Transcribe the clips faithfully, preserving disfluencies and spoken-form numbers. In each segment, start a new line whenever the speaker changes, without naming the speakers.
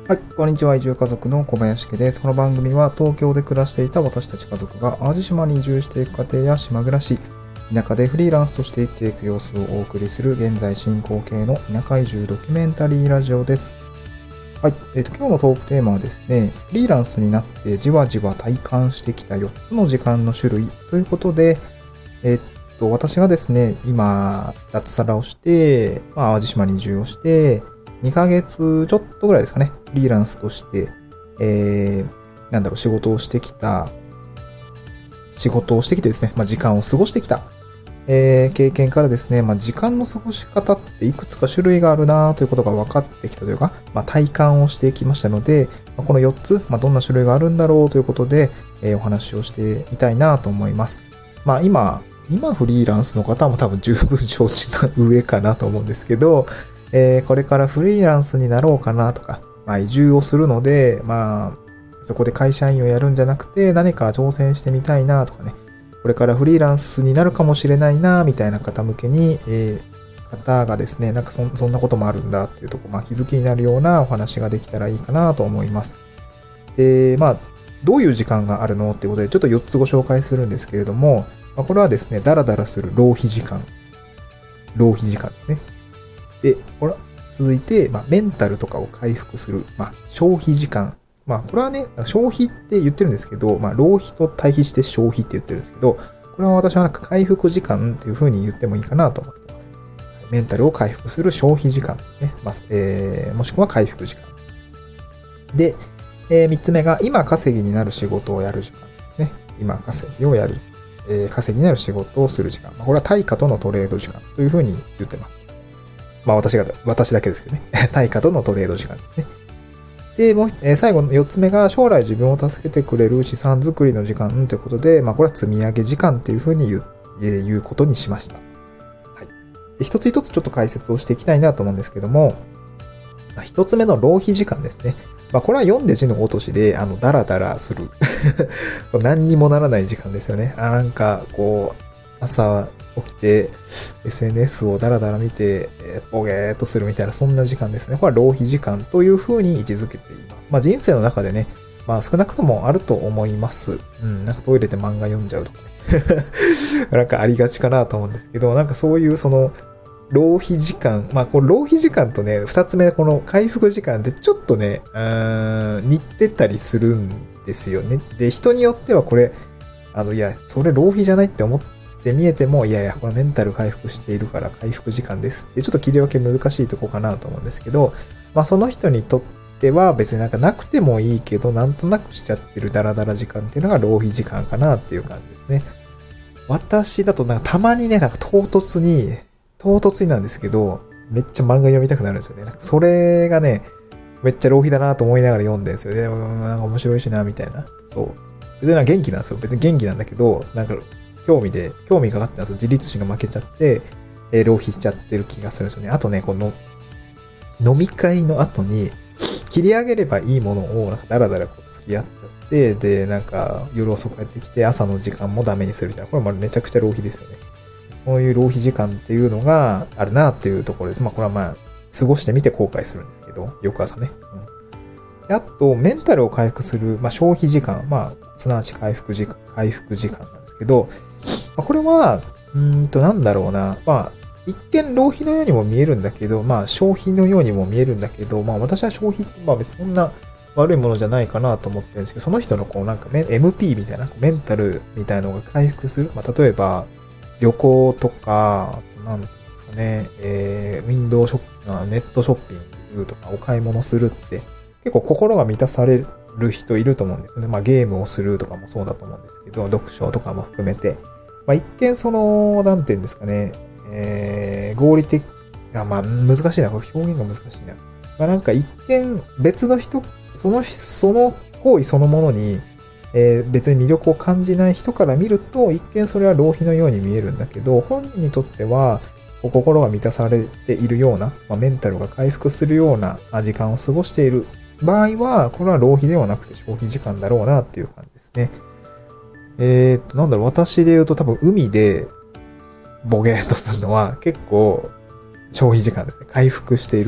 はい、こんにちは。移住家族の小林家です。この番組は東京で暮らしていた私たち家族が淡路島に移住していく過程や島暮らし、田舎でフリーランスとして生きていく様子をお送りする現在進行形の田舎移住ドキュメンタリーラジオです。はい、えっと、今日のトークテーマはですね、フリーランスになってじわじわ体感してきたよっつの時間の種類ということで、えっと、私がですね、今、脱サラをして、まあ、淡路島に移住をして、にかげつちょっとぐらいですかね、フリーランスとして、えー、なんだろう、仕事をしてきた、仕事をしてきてですね、まあ、時間を過ごしてきた、えー、経験からですね、まあ、時間の過ごし方っていくつか種類があるなということが分かってきたというか、まあ、体感をしてきましたので、まあ、このよっつ、まあ、どんな種類があるんだろうということで、えー、お話をしてみたいなと思います。まあ、今、今フリーランスの方も多分十分承知な上かなと思うんですけど、えー、これからフリーランスになろうかなとか、まあ移住をするので、まあ、そこで会社員をやるんじゃなくて何か挑戦してみたいなとかね、これからフリーランスになるかもしれないなみたいな方向けに、えー、方がですね、なんか そ, そんなこともあるんだっていうところ、まあ気づきになるようなお話ができたらいいかなと思います。で、まあ、どういう時間があるのっていうことで、ちょっとよっつご紹介するんですけれども、まあ、これはですね、ダラダラする浪費時間。浪費時間ですね。で、ほら、続いて、まあ、メンタルとかを回復する、まあ、消費時間。まあ、これはね、消費って言ってるんですけど、まあ、浪費と対比して消費って言ってるんですけど、これは私はなんか回復時間っていう風に言ってもいいかなと思ってます。メンタルを回復する消費時間ですね。まあ、えー、もしくは回復時間。で、えー、三つ目が、今稼ぎになる仕事をやる時間ですね。今稼ぎをやる。えー、稼ぎになる仕事をする時間。まあ、これは対価とのトレード時間という風に言ってます。まあ私が、私だけですけどね。対価とのトレード時間ですね。で、もう、えー、最後のよっつめが将来自分を助けてくれる資産作りの時間ということで、まあこれは積み上げ時間っていうふうに言う、えー、言うことにしました。はい。で、一つ一つちょっと解説をしていきたいなと思うんですけども、まあ、一つ目の浪費時間ですね。まあこれは読んで字のごとしで、あの、ダラダラする。何にもならない時間ですよね。あ、なんか、こう、朝、起きて エスエヌエス をダラダラ見て、えー、ボゲーっとするみたいなそんな時間ですね。これは浪費時間という風に位置づけています。まあ人生の中でね、まあ少なくともあると思います。うん、なんかトイレで漫画読んじゃうとかね。なんかありがちかなと思うんですけど、なんかそういうその浪費時間、まあこの浪費時間とね、二つ目この回復時間ってちょっとね、うーん似てたりするんですよね。で、人によってはこれ、あの、いや、それ浪費じゃないって思ってで見えても、いやいや、これメンタル回復しているから回復時間ですって、ちょっと切り分け難しいとこかなと思うんですけど、まあその人にとっては別になんかなくてもいいけど、なんとなくしちゃってるダラダラ時間っていうのが浪費時間かなっていう感じですね。私だとなんかたまにね、なんか唐突に、唐突になんですけど、めっちゃ漫画読みたくなるんですよね。なんかそれがね、めっちゃ浪費だなと思いながら読んでるんですよね。なんか面白いしな、みたいな。そう。別になんか元気なんですよ。別に元気なんだけど、なんか、興味で、興味がかかってたんですよ。自立心が負けちゃって、えー、浪費しちゃってる気がするんですよね。あとね、この、飲み会の後に、切り上げればいいものを、なんかダラダラこう付き合っちゃって、で、なんか夜遅く帰ってきて、朝の時間もダメにするみたいな。これもめちゃくちゃ浪費ですよね。そういう浪費時間っていうのがあるなっていうところです。まあこれはまあ、過ごしてみて後悔するんですけど、翌朝ね。うん、あと、メンタルを回復する、まあ消費時間、まあ、すなわち回復時間、回復時間なんですけど、これは、うーんと、なんだろうな。まあ、一見浪費のようにも見えるんだけど、まあ、消費のようにも見えるんだけど、まあ、私は消費って、まあ別にそんな悪いものじゃないかなと思ってるんですけど、その人のこう、なんか、エムピー みたいな、メンタルみたいなのが回復する。まあ、例えば、旅行とか、なんていうんですかね、えー、ウィンドウショップ、ネットショッピングとかお買い物するって、結構心が満たされる人いると思うんですよね。まあ、ゲームをするとかもそうだと思うんですけど、読書とかも含めて。まあ、一見その、なんていうんですかね、えー、合理的、あ、まあ、難しいな、これ表現が難しいな。まあ、なんか一見別の人、その、その行為そのものに、えー、別に魅力を感じない人から見ると、一見それは浪費のように見えるんだけど、本人にとっては、心が満たされているような、まあ、メンタルが回復するような時間を過ごしている場合は、これは浪費ではなくて消費時間だろうなっていう感じですね。えー、っと、なんだろう、私で言うと多分海でボゲーっとするのは結構消費時間ですね。回復している。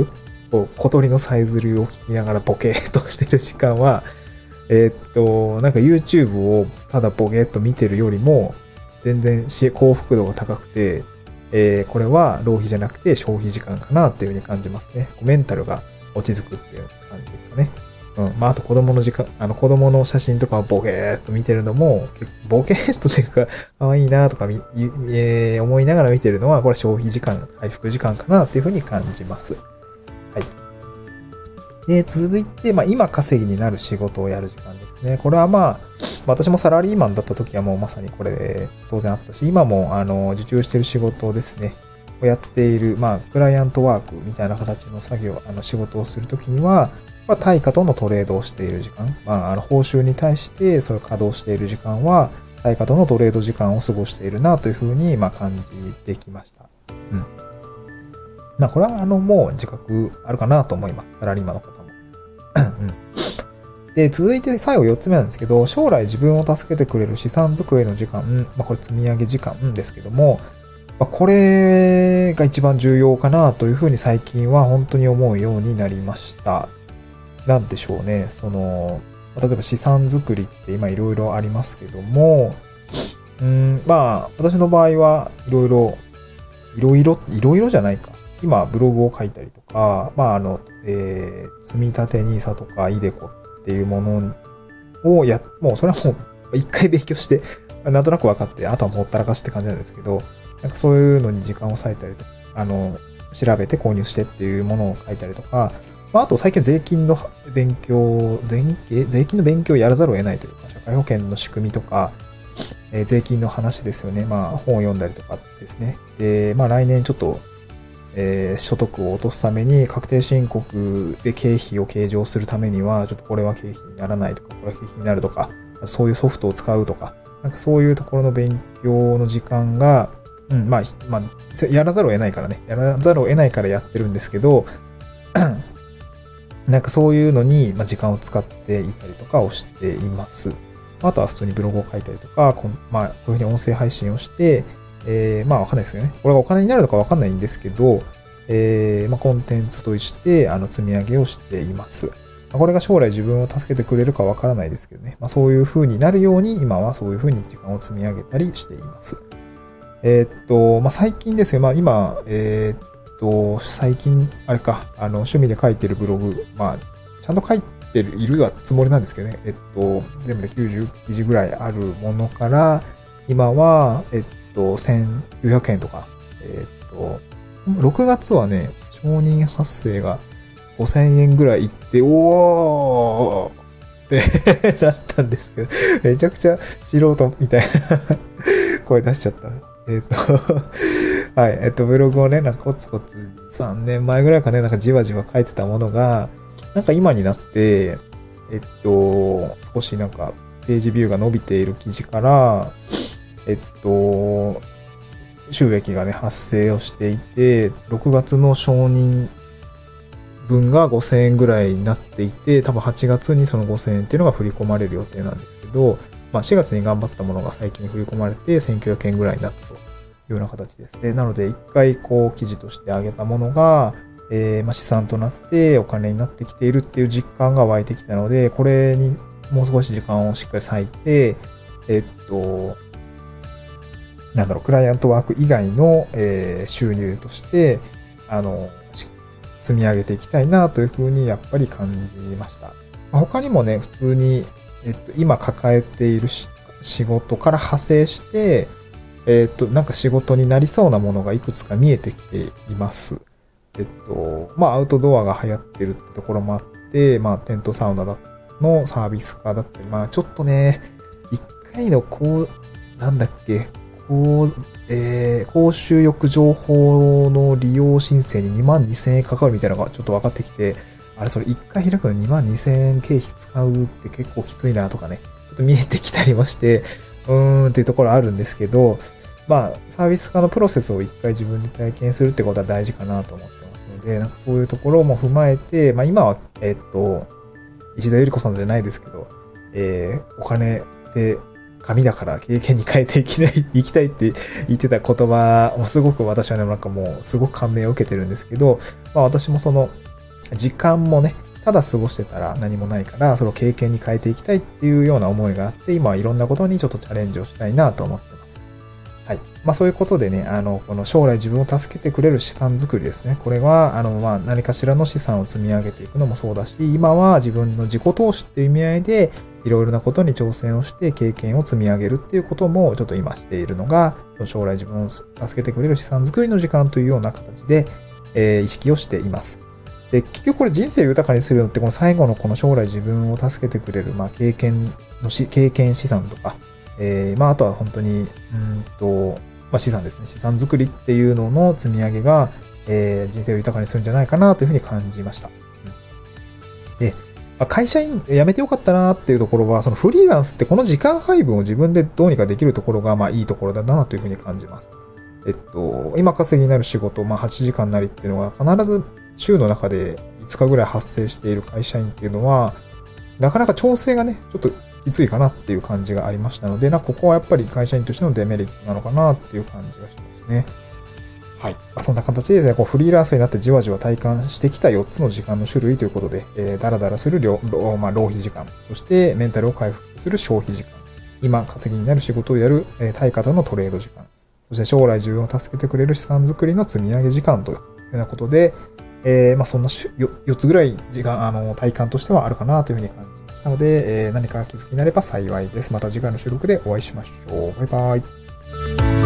こう小鳥のさえずりを聞きながらボケーっとしてる時間は、えー、っと、なんか YouTube をただボケーっと見てるよりも、全然幸福度が高くて、えー、これは浪費じゃなくて消費時間かなっていう風に感じますね。メンタルが落ち着くっていう感じですかね。うん。まあ、あと子供の時間、あの子供の写真とかをボケーっと見てるのも、ボケーっとっていうか、可愛いなとかみ、えー、思いながら見てるのは、これ消費時間、回復時間かなっていう風に感じます。はい。で、続いて、まあ、今稼ぎになる仕事をやる時間ですね。これはまあ、私もサラリーマンだった時はもうまさにこれ当然あったし、今もあの受注している仕事ですね、をやっている、まあ、クライアントワークみたいな形の作業、あの仕事をするときには、まあ、対価とのトレードをしている時間、まあ、あの報酬に対してそれを稼働している時間は、対価とのトレード時間を過ごしているなというふうに、まあ、感じてきました。うん。まあ、これはあのもう自覚あるかなと思います。サラリーマンの方も。うん。で、続いて最後よっつめなんですけど、将来自分を助けてくれる資産作りの時間、まあこれ積み上げ時間ですけども、まあ、これが一番重要かなというふうに最近は本当に思うようになりました。なんでしょうね、その、例えば資産作りって今いろいろありますけども、うん、まあ私の場合はいろいろ、いろいろ、いろいろじゃないか。今ブログを書いたりとか、まああの、えー、積み立てニーサとかイデコっていうものをや、もうそれはもう一回勉強して、なんとなく分かって、あとはもったらかしって感じなんですけど、なんかそういうのに時間を割いたりとか、あの、調べて購入してっていうものを書いたりとか、まあ、あと最近税金の勉強、税税金の勉強をやらざるを得ないというか、社会保険の仕組みとか、えー、税金の話ですよね。まあ本を読んだりとかですね。で、まあ来年ちょっと、えー、所得を落とすために確定申告で経費を計上するためには、ちょっとこれは経費にならないとか、これは経費になるとか、そういうソフトを使うとか、なんかそういうところの勉強の時間が、うん、まあ、まあ、やらざるを得ないからね。やらざるを得ないからやってるんですけど、なんかそういうのに時間を使っていたりとかをしています。あとは普通にブログを書いたりとか、まあ、こういうふうに音声配信をして、えー、まあわかんないですよね。これがお金になるのかわかんないんですけど、えー、まあコンテンツとして、あの、積み上げをしています。これが将来自分を助けてくれるかわからないですけどね。まあそういう風になるように、今はそういう風に時間を積み上げたりしています。えー、っと、まあ最近ですね、まあ今、えー、っと、最近、あれか、あの、趣味で書いてるブログ、まあ、ちゃんと書いてる、いるはつもりなんですけどね。えっと、全部できゅうじゅう記事ぐらいあるものから、今は、えっと、せんきゅうひゃくえんとか、えっと、ろくがつはね、承認発生がごせんえんぐらいいって、おーってなったんですけど、めちゃくちゃ素人みたいな声出しちゃった。えっと、はい、えっと、ブログをね、なんかコツコツさんねんまえぐらいかね、なんかじわじわ書いてたものが、なんか今になって、えっと、少しなんかページビューが伸びている記事から、えっと、収益がね、発生をしていて、ろくがつの承認分がごせんえんぐらいになっていて、多分はちがつにそのごせんえんっていうのが振り込まれる予定なんですけど、まあしがつに頑張ったものが最近振り込まれてせんきゅうひゃくえんぐらいになったというような形ですね。なので一回こう記事として上げたものが、えー、まあ資産となってお金になってきているっていう実感が湧いてきたので、これにもう少し時間をしっかり割いて、えっと、なんだろう、クライアントワーク以外の、えー、収入として、あの、積み上げていきたいなというふうにやっぱり感じました。まあ、他にもね、普通に、えっと、今抱えている仕事から派生して、えっと、なんか仕事になりそうなものがいくつか見えてきています。えっと、まあ、アウトドアが流行ってるってところもあって、まあ、テントサウナのサービス化だったり、まあ、ちょっとね、一回のこう、なんだっけ、こう、えー、公衆浴場法の利用申請ににまんにせんえんかかるみたいなのがちょっと分かってきて、あれそれ一回開くのにまんにせんえん経費使うって結構きついなとかね、ちょっと見えてきたりもして、うーんっていうところあるんですけど、まあ、サービス化のプロセスを一回自分で体験するってことは大事かなと思ってますので、なんかそういうところも踏まえて、まあ今は、えっと、石田ゆり子さんじゃないですけど、えー、お金で、紙だから経験に変えていきない、いきたいって言ってた言葉をすごく私はね、なんかもうすごく感銘を受けてるんですけど、まあ私もその時間もね、ただ過ごしてたら何もないから、それを経験に変えていきたいっていうような思いがあって、今はいろんなことにちょっとチャレンジをしたいなと思ってます。はい。まあそういうことでね、あの、この将来自分を助けてくれる資産作りですね。これは、あの、まあ何かしらの資産を積み上げていくのもそうだし、今は自分の自己投資っていう意味合いで、いろいろなことに挑戦をして経験を積み上げるっていうこともちょっと今しているのが、将来自分を助けてくれる資産作りの時間というような形で、えー、意識をしています。で、結局これ人生を豊かにするのって、この最後のこの将来自分を助けてくれる、まあ経験のし、経験資産とか、えー、まああとは本当に、うんと、まあ資産ですね。資産作りっていうのの積み上げが、えー、人生を豊かにするんじゃないかなというふうに感じました。うん、で、会社員辞めてよかったなっていうところは、そのフリーランスってこの時間配分を自分でどうにかできるところが、まあいいところだなというふうに感じます。えっと、今稼ぎになる仕事、まあはちじかんなりっていうのは必ず週の中でいつかぐらい発生している会社員っていうのは、なかなか調整がね、ちょっときついかなっていう感じがありましたので、なここはやっぱり会社員としてのデメリットなのかなっていう感じがしますね。はい。まあ、そんな形でですね、こうフリーランスになってじわじわ体感してきたよっつの時間の種類ということで、えー、だらだらする量、まあ、浪費時間、そしてメンタルを回復する消費時間、今稼ぎになる仕事をやる、えー、対価とのトレード時間、そして将来自分を助けてくれる資産作りの積み上げ時間というようなことで、えー、まあそんな よ, よっつぐらい時間、あの、体感としてはあるかなというふうに感じましたので、えー、何か気づきになれば幸いです。また次回の収録でお会いしましょう。バイバイ。